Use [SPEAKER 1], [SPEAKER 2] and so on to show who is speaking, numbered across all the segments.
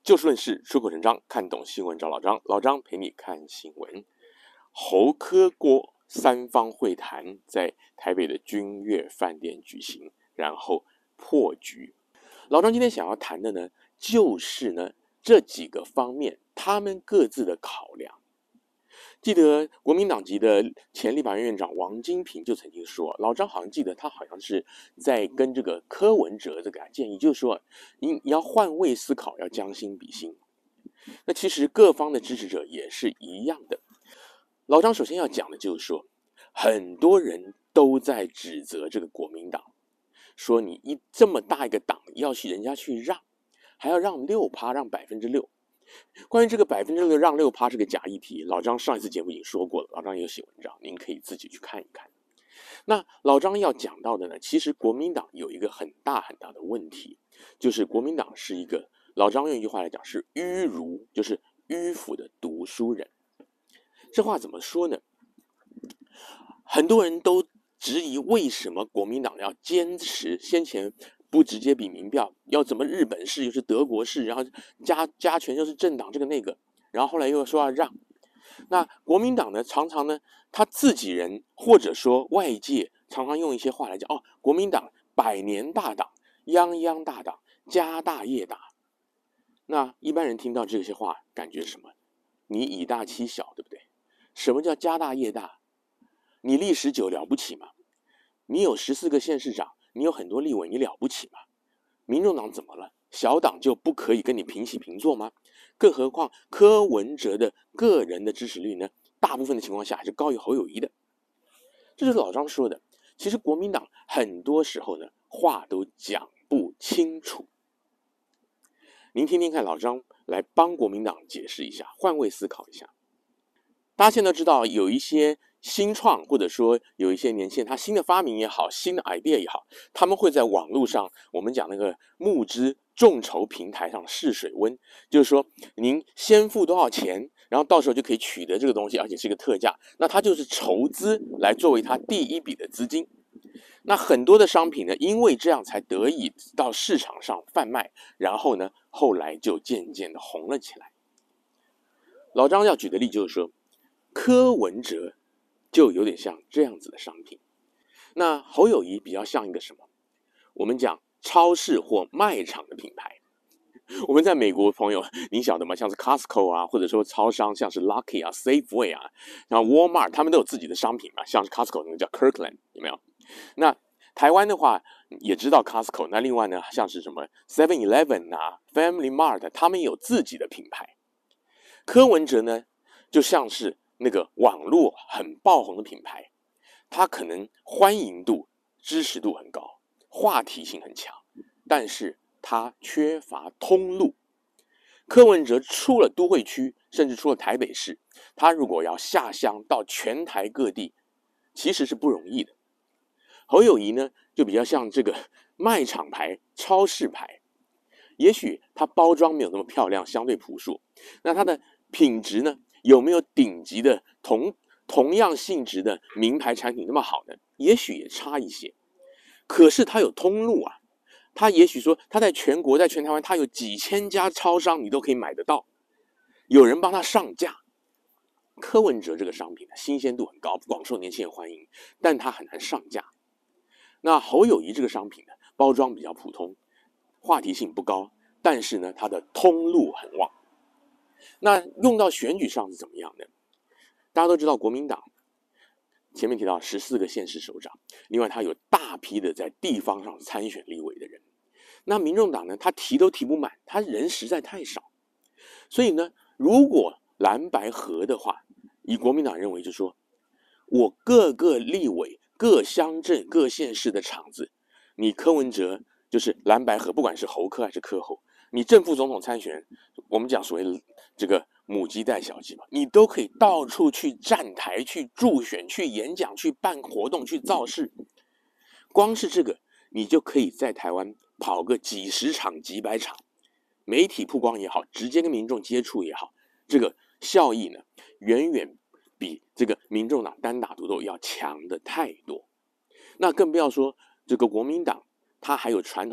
[SPEAKER 1] 就事论事，出口成章，看懂新闻找老张，老张陪你看新闻。侯科郭三方会谈在台北的君悦饭店举行，然后破局。老张今天想要谈的呢，就是呢这几个方面他们各自的考量。记得国民党籍的前立法院院长王金平就曾经说，老张好像记得他好像是在跟这个柯文哲这个建议，就是说你要换位思考，要将心比心。那其实各方的支持者也是一样的。老张首先要讲的就是说，很多人都在指责这个国民党，说你这么大一个党，要是人家去让，还要让6%，让6%。关于这个6%让6%这个假议题，老张上一次节目已经说过了，老张也有写文章，您可以自己去看一看。那老张要讲到的呢，其实国民党有一个很大很大的问题，就是国民党是一个，老张用一句话来讲是迂儒，就是迂腐的读书人。这话怎么说呢？很多人都质疑为什么国民党要坚持先前不直接比民调，要怎么日本式又是德国式，然后加权又是政党这个那个，然后后来又说要让。那国民党呢，常常呢他自己人或者说外界常常用一些话来讲，国民党100年大党，泱泱大党，家大业大。那一般人听到这些话感觉什么？你以大欺小，对不对？什么叫家大业大？你历史久了不起吗？你有14个县市长，你有很多立委，你了不起吗？民众党怎么了？小党就不可以跟你平起平坐吗？更何况柯文哲的个人的支持率呢，大部分的情况下还是高于侯友宜的。这就是老张说的，其实国民党很多时候呢，话都讲不清楚。您听听看，老张来帮国民党解释一下，换位思考一下。大家现在知道有一些新创，或者说有一些年轻人，他新的发明也好，新的 idea 也好，他们会在网络上，我们讲那个募资众筹平台上试水温，就是说您先付多少钱，然后到时候就可以取得这个东西，而且是一个特价，那它就是筹资来作为它第一笔的资金。那很多的商品呢，因为这样才得以到市场上贩卖，然后呢，后来就渐渐的红了起来。老张要举的例就是说，柯文哲就有点像这样子的商品，那侯友宜比较像一个什么？我们讲超市或卖场的品牌。我们在美国朋友，您晓得吗？像是 Costco 啊，或者说超商，像是 Lucky 啊、Safeway 啊，然后 Walmart， 他们都有自己的商品嘛，像是 Costco 那个叫 Kirkland， 有没有？那台湾的话也知道 Costco， 那另外呢，像是什么 7-Eleven 啊、Family Mart， 他们也有自己的品牌。柯文哲呢，就像是那个网络很爆红的品牌，它可能欢迎度、支持度很高，话题性很强，但是它缺乏通路。柯文哲出了都会区，甚至出了台北市，他如果要下乡到全台各地，其实是不容易的。侯友宜呢，就比较像这个卖场牌、超市牌，也许它包装没有那么漂亮，相对朴素，那它的品质呢，有没有顶级的同样性质的名牌产品那么好呢？也许也差一些。可是它有通路啊，它也许说它在全国，在全台湾，它有几千家超商，你都可以买得到，有人帮他上架。柯文哲这个商品的新鲜度很高，广受年轻人欢迎，但它很难上架。那侯友宜这个商品呢，包装比较普通，话题性不高，但是呢，它的通路很旺。那用到选举上是怎么样呢？大家都知道国民党前面提到14个县市首长，另外他有大批的在地方上参选立委的人。那民众党呢，他提都提不满，他人实在太少。所以呢，如果蓝白合的话，以国民党认为就是说，我各个立委、各乡镇、各县市的场子，你柯文哲就是蓝白合，不管是侯柯还是柯侯，你正副总统参选，我们讲所谓的这个母鸡带小鸡嘛，你都可以到处去站台、去助选、去演讲、去办活动、去造势。光是这个，你就可以在台湾跑个几十场、几百场，媒体曝光也好，直接跟民众接触也好，这个效益呢，远远比这个民众党单打独斗要强的太多。那更不要说这个国民党，它还有传统的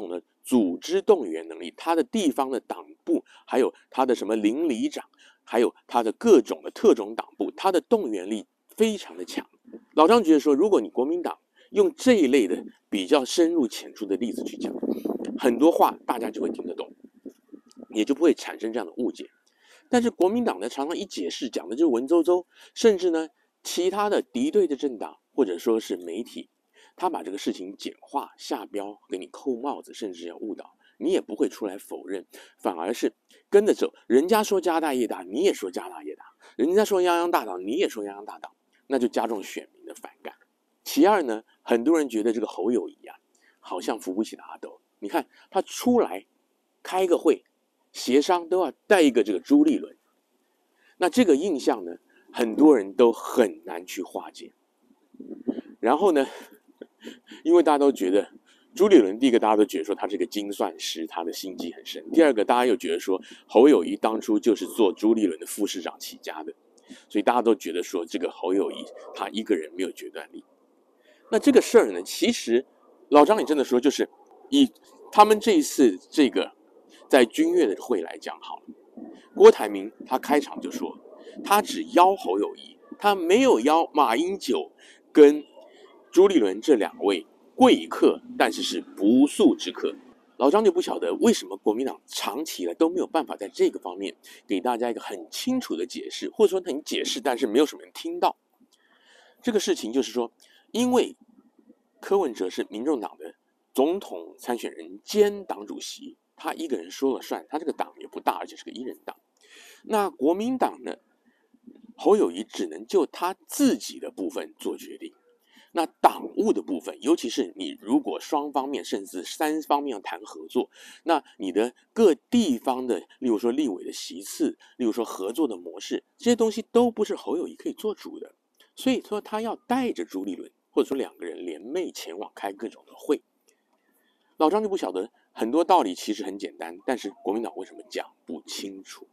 [SPEAKER 1] 组织动员能力，他的地方的党部，还有他的什么邻里长，还有他的各种的特种党部，他的动员力非常的强。老张觉得说，如果你国民党用这一类的比较深入浅出的例子去讲，很多话大家就会听得懂，也就不会产生这样的误解。但是国民党呢，常常一解释讲的就是文绉绉，甚至呢，其他的敌对的政党或者说是媒体，他把这个事情简化、下标，给你扣帽子，甚至要误导，你也不会出来否认，反而是跟着走。人家说家大业大，你也说家大业大；人家说泱泱大党，你也说泱泱大党，那就加重选民的反感。其二呢，很多人觉得这个侯友宜啊，好像扶不起的阿斗。你看他出来开个会，协商都要带一个这个朱立伦，那这个印象呢，很多人都很难去化解。然后呢，因为大家都觉得朱立伦，第一个大家都觉得说他是个精算师，他的心机很深；第二个大家又觉得说侯友宜当初就是做朱立伦的副市长起家的，所以大家都觉得说这个侯友宜他一个人没有决断力。那这个事儿呢，其实老张也真的说，就是以他们这一次这个在君悦的会来讲好了，郭台铭他开场就说，他只邀侯友宜，他没有邀马英九跟朱立伦这两位贵客，但是是不速之客。老张就不晓得为什么国民党长期以来都没有办法在这个方面给大家一个很清楚的解释，或者说很解释，但是没有什么人听到。这个事情就是说，因为柯文哲是民众党的总统参选人兼党主席，他一个人说了算，他这个党也不大，而且是个一人党。那国民党呢，侯友宜只能就他自己的部分做决定。那党务的部分，尤其是你如果双方面甚至三方面要谈合作，那你的各地方的，例如说立委的席次，例如说合作的模式，这些东西都不是侯友宜可以做主的。所以说他要带着朱立伦，或者说两个人联袂前往开各种的会。老张就不晓得很多道理其实很简单，但是国民党为什么讲不清楚？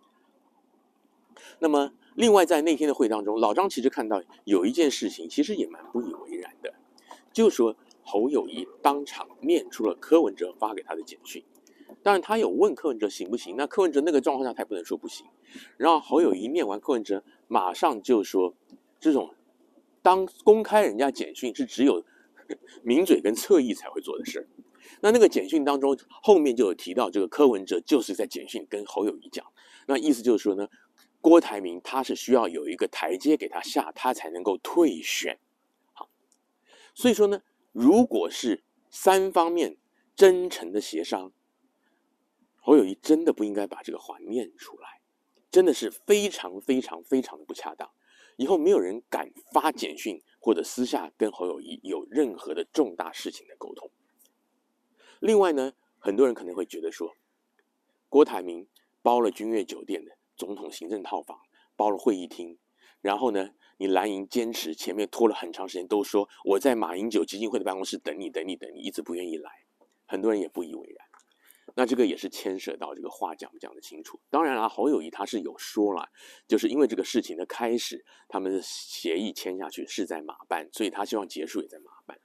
[SPEAKER 1] 那么另外在那天的会当中，老张其实看到有一件事情其实也蛮不以为然的，就是说侯友宜当场念出了柯文哲发给他的简讯。当然他有问柯文哲行不行，那柯文哲那个状况下他也不能说不行。然后侯友宜念完，柯文哲马上就说，这种当公开人家简讯是只有名嘴跟侧翼才会做的事。那个简讯当中后面就有提到，这个柯文哲就是在简讯跟侯友宜讲，那意思就是说呢，郭台铭他是需要有一个台阶给他下，他才能够退选。好，所以说呢，如果是三方面真诚的协商，侯友宜真的不应该把这个话念出来，真的是非常非常非常的不恰当。以后没有人敢发简讯或者私下跟侯友宜有任何的重大事情的沟通。另外呢，很多人可能会觉得说，郭台铭包了君悦酒店的总统行政套房，包了会议厅，然后呢，你蓝营坚持前面拖了很长时间，都说我在马英九基金会的办公室等你，一直不愿意来，很多人也不以为然。那这个也是牵涉到这个话讲不讲得清楚。当然了，侯友宜他是有说了，就是因为这个事情的开始，他们的协议签下去是在马办，所以他希望结束也在马办。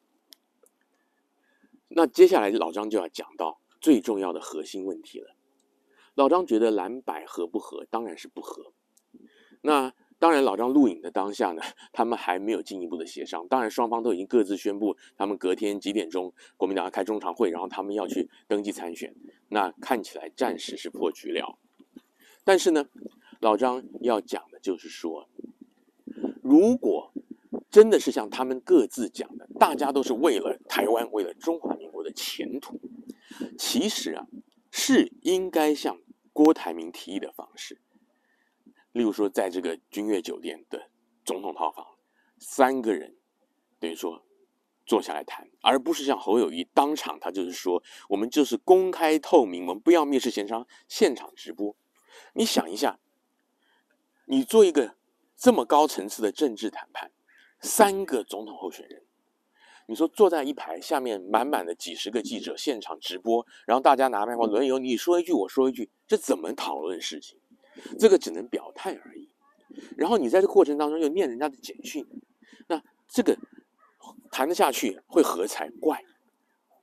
[SPEAKER 1] 那接下来老张就要讲到最重要的核心问题了。老张觉得蓝白合不合，当然是不合。那当然，老张录影的当下呢，他们还没有进一步的协商。当然，双方都已经各自宣布，他们隔天几点钟，国民党要开中常会，然后他们要去登记参选。那看起来暂时是破局了。但是呢，老张要讲的就是说，如果真的是像他们各自讲的，大家都是为了台湾，为了中华民国的前途，其实啊，是应该像郭台铭提议的方式。例如说，在这个君悦酒店的总统套房，3个人等于说坐下来谈，而不是像侯友宜当场他就是说，我们就是公开透明，我们不要蔑视协商，现场直播。你想一下，你做一个这么高层次的政治谈判，3个总统候选人，你说坐在一排，下面满满的几十个记者现场直播，然后大家拿麦克风轮流，你说一句我说一句，这怎么讨论事情？这个只能表态而已。然后你在这个过程当中又念人家的简讯，那这个谈得下去会合才怪。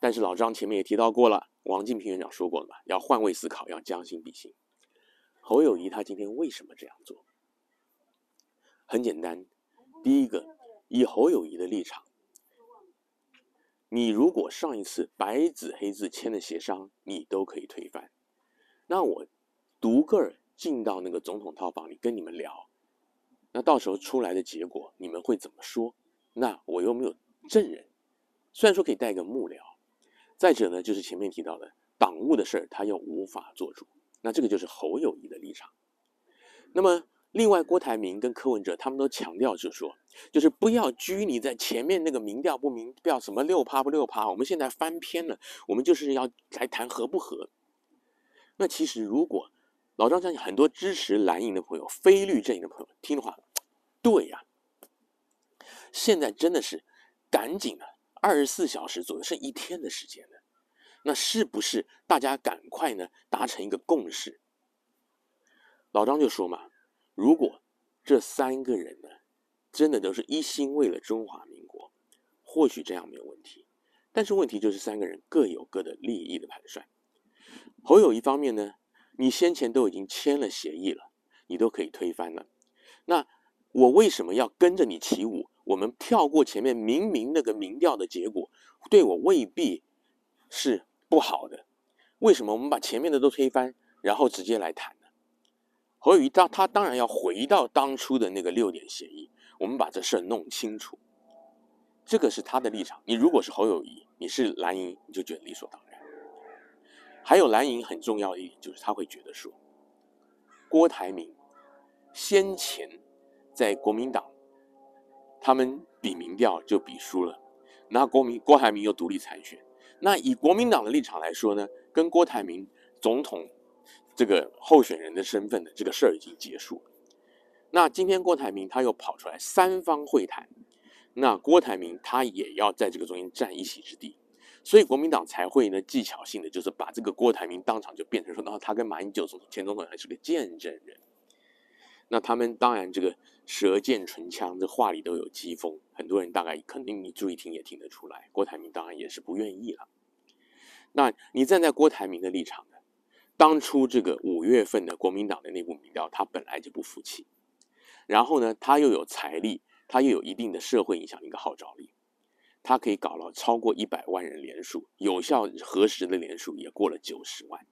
[SPEAKER 1] 但是老张前面也提到过了，王金平院长说过了嘛，要换位思考，要将心比心。侯友宜他今天为什么这样做？很简单，第一个，以侯友宜的立场，你如果上一次白纸黑字签的协商，你都可以推翻，那我独个儿进到那个总统套房里跟你们聊，那到时候出来的结果你们会怎么说？那我又没有证人，虽然说可以带个幕僚，再者呢，就是前面提到的党务的事儿，他又无法做主，那这个就是侯友宜的立场。那么另外，郭台铭跟柯文哲他们都强调，就是不要拘泥在前面那个民调不民调什么6%不6%，我们现在翻篇了，我们就是要来谈合不合。那其实如果老张相信很多支持蓝营的朋友、非绿阵营的朋友听的话，对呀，现在真的是赶紧啊，24小时左右，剩1天的时间了。那是不是大家赶快呢达成一个共识？老张就说嘛，如果这3个人呢真的都是一心为了中华民国，或许这样没有问题。但是问题就是3个人各有各的利益的盘算。侯友宜方面呢，你先前都已经签了协议了，你都可以推翻了。那我为什么要跟着你起舞？我们跳过前面明明那个民调的结果，对我未必是不好的。为什么我们把前面的都推翻，然后直接来谈呢？侯友宜他当然要回到当初的那个6点协议，我们把这事弄清楚。这个是他的立场。你如果是侯友宜，你是蓝营，你就觉得理所当然。还有蓝营很重要的一点就是他会觉得说，郭台铭先前在国民党他们比民调就比输了，那郭台铭又独立参选，那以国民党的立场来说呢，跟郭台铭总统这个候选人的身份的这个事儿已经结束了。那今天郭台铭他又跑出来3方会谈，那郭台铭他也要在这个中间占一席之地，所以国民党才会呢技巧性的就是把这个郭台铭当场就变成说，他跟马英九前总统还是个见证人。那他们当然这个舌剑唇枪，这话里都有讥讽，很多人大概肯定你注意听也听得出来，郭台铭当然也是不愿意了。那你站在郭台铭的立场呢？当初这个5月份的国民党的内部民调，他本来就不服气，然后呢，他又有财力，他又有一定的社会影响力跟号召力，他可以搞了超过100万人连署，有效核实的连署也过了90万。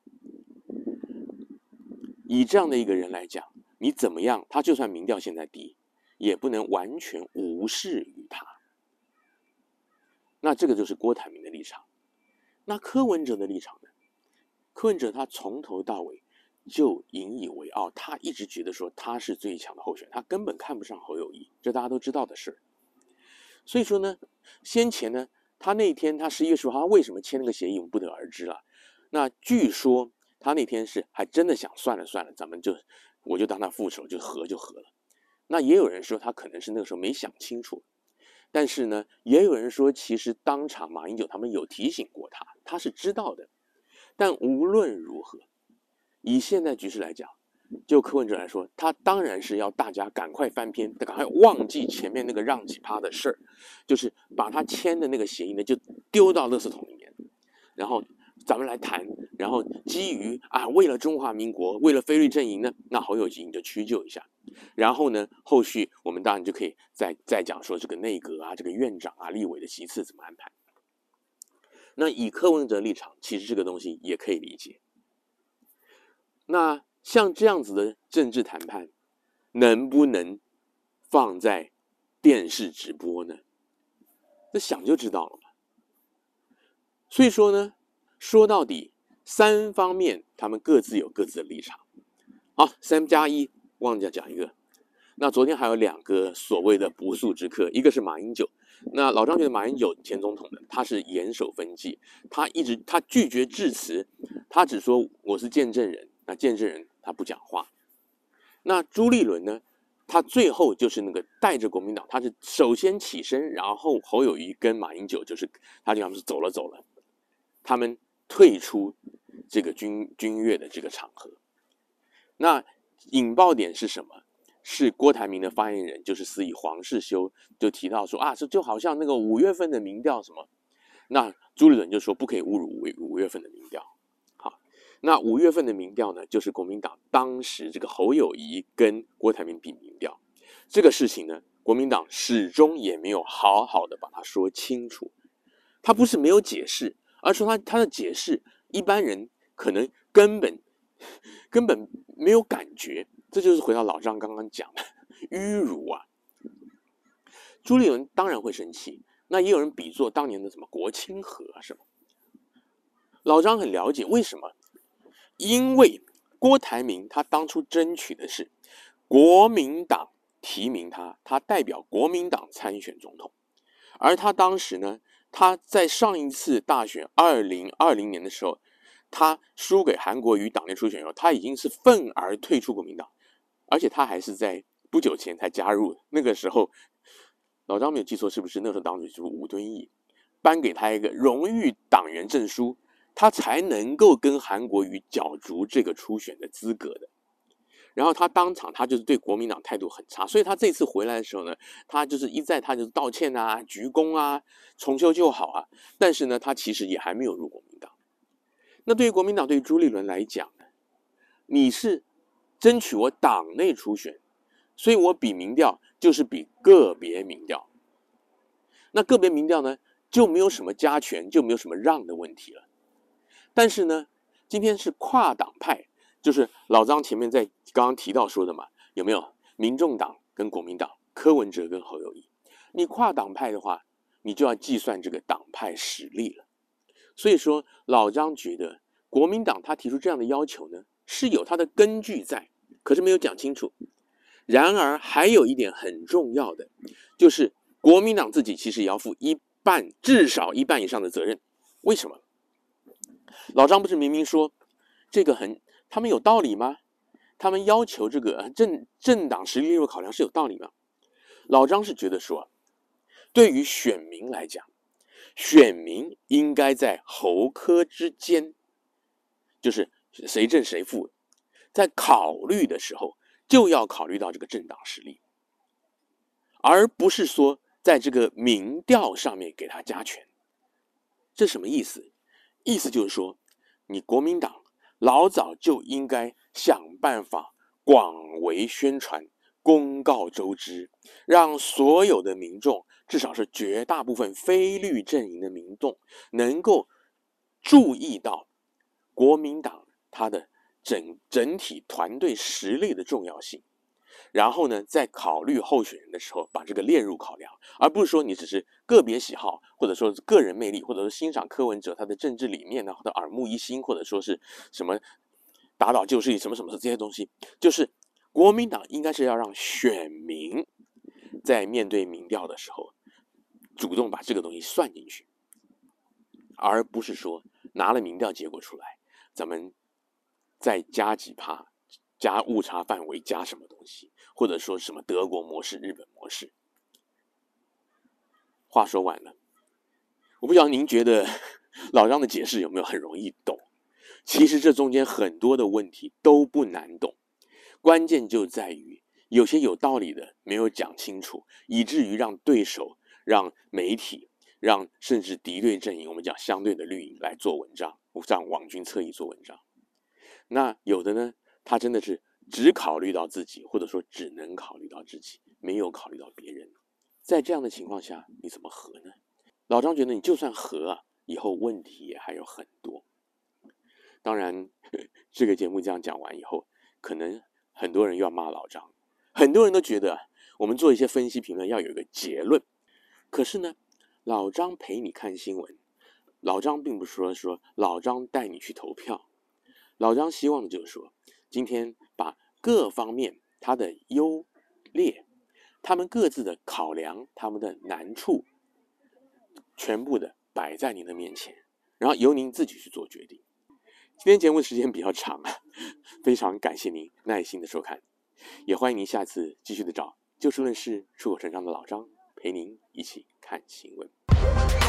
[SPEAKER 1] 以这样的一个人来讲，你怎么样？他就算民调现在低，也不能完全无视于他。那这个就是郭台铭的立场。那柯文哲的立场呢？柯文哲他从头到尾就引以为傲，他一直觉得说他是最强的候选人，他根本看不上侯友宜，这大家都知道的事。所以说呢，先前呢，他那天他11月15号他为什么签那个协议，我们不得而知了。那据说他那天是还真的想算了，我就当他副手，就合了。那也有人说他可能是那个时候没想清楚，但是呢，也有人说其实当场马英九他们有提醒过他，他是知道的。但无论如何，以现在局势来讲，就柯文哲来说，他当然是要大家赶快翻篇，赶快忘记前面那个让几趴的事儿，就是把他签的那个协议呢就丢到垃圾桶里面，然后咱们来谈，然后基于为了中华民国，为了非绿阵营呢，那侯友宜你就屈就一下，然后呢，后续我们当然就可以再讲说这个内阁这个院长立委的席次怎么安排。那以柯文哲立场，其实这个东西也可以理解。那像这样子的政治谈判，能不能放在电视直播呢？这想就知道了嘛。所以说呢，说到底，3方面他们各自有各自的立场。好，3+1，忘记讲一个。那昨天还有2个所谓的不速之客，一个是马英九。那老张觉得马英九前总统的，他是严守分际，他拒绝致辞，他只说我是见证人，那见证人他不讲话。那朱立伦呢，他最后就是那个带着国民党，他是首先起身，然后侯友宜跟马英九就是他就他们是走了，他们退出这个军乐的这个场合。那引爆点是什么？是郭台铭的发言人，就是司仪黄世修就提到说这就好像那个5月份的民调什么， 那朱立伦就说不可以侮辱五月份的民调。好，那5月份的民调呢，就是国民党当时这个侯友宜跟郭台铭比民调，这个事情呢，国民党始终也没有好好的把它说清楚。他不是没有解释，而是说他的解释一般人可能根本没有感觉。这就是回到老张刚刚讲的迂辱啊。朱立伦当然会生气，那也有人比作当年的什么国清河啊什么。老张很了解为什么，因为郭台铭他当初争取的是国民党提名他，他代表国民党参选总统，而他当时呢，他在上一次大选2020年的时候，他输给韩国瑜党内初选以后，他已经是愤而退出国民党，而且他还是在不久前才加入。那个时候，老张没有记错，是不是那时候党主席是吴敦义颁给他一个荣誉党员证书，他才能够跟韩国瑜角逐这个初选的资格的。然后他当场他就是对国民党态度很差，所以他这次回来的时候呢，他就是一再他就是道歉啊、鞠躬啊、重修旧好啊，但是呢，他其实也还没有入国民党。那对于国民党，对于朱立伦来讲呢，你是争取我党内初选，所以我比民调就是比个别民调。那个别民调呢，就没有什么加权，就没有什么让的问题了。但是呢，今天是跨党派。就是老张前面在刚刚提到说的嘛，有没有民众党跟国民党，柯文哲跟侯友宜？你跨党派的话，你就要计算这个党派实力了。所以说，老张觉得国民党他提出这样的要求呢，是有他的根据在，可是没有讲清楚。然而还有一点很重要的，就是国民党自己其实也要负至少一半以上的责任。为什么？老张不是明明说这个他们有道理吗？他们要求这个政党实力列入考量是有道理吗？老张是觉得说，对于选民来讲，选民应该在侯柯之间，就是谁正谁负，在考虑的时候就要考虑到这个政党实力，而不是说在这个民调上面给他加权。这什么意思？意思就是说，你国民党老早就应该想办法广为宣传，公告周知，让所有的民众，至少是绝大部分非绿阵营的民众，能够注意到国民党它的整体团队实力的重要性。然后呢，在考虑候选人的时候，把这个列入考量，而不是说你只是个别喜好，或者说个人魅力，或者说欣赏柯文哲他的政治理念呢，或者耳目一新，或者说是什么打倒旧势力什么什么的这些东西。就是国民党应该是要让选民在面对民调的时候，主动把这个东西算进去，而不是说拿了民调结果出来，咱们再加几趴。加误差范围，加什么东西，或者说什么德国模式、日本模式。话说完了，我不知道您觉得老张的解释有没有很容易懂？其实这中间很多的问题都不难懂，关键就在于有些有道理的没有讲清楚，以至于让对手、让媒体、让甚至敌对阵营，我们讲相对的绿营来做文章，让网军侧翼做文章。那有的呢？他真的是只考虑到自己，或者说只能考虑到自己，没有考虑到别人。在这样的情况下，你怎么和呢？老张觉得你就算和啊，以后问题也还有很多。当然，这个节目这样讲完以后，可能很多人又要骂老张，很多人都觉得我们做一些分析评论要有一个结论。可是呢，老张陪你看新闻，老张并不是说老张带你去投票，老张希望的就是说，今天把各方面它的优劣，他们各自的考量，他们的难处，全部的摆在您的面前，然后由您自己去做决定。今天节目时间比较长啊，非常感谢您耐心的收看，也欢迎您下次继续的找就事论事、出口成章的老张陪您一起看新闻。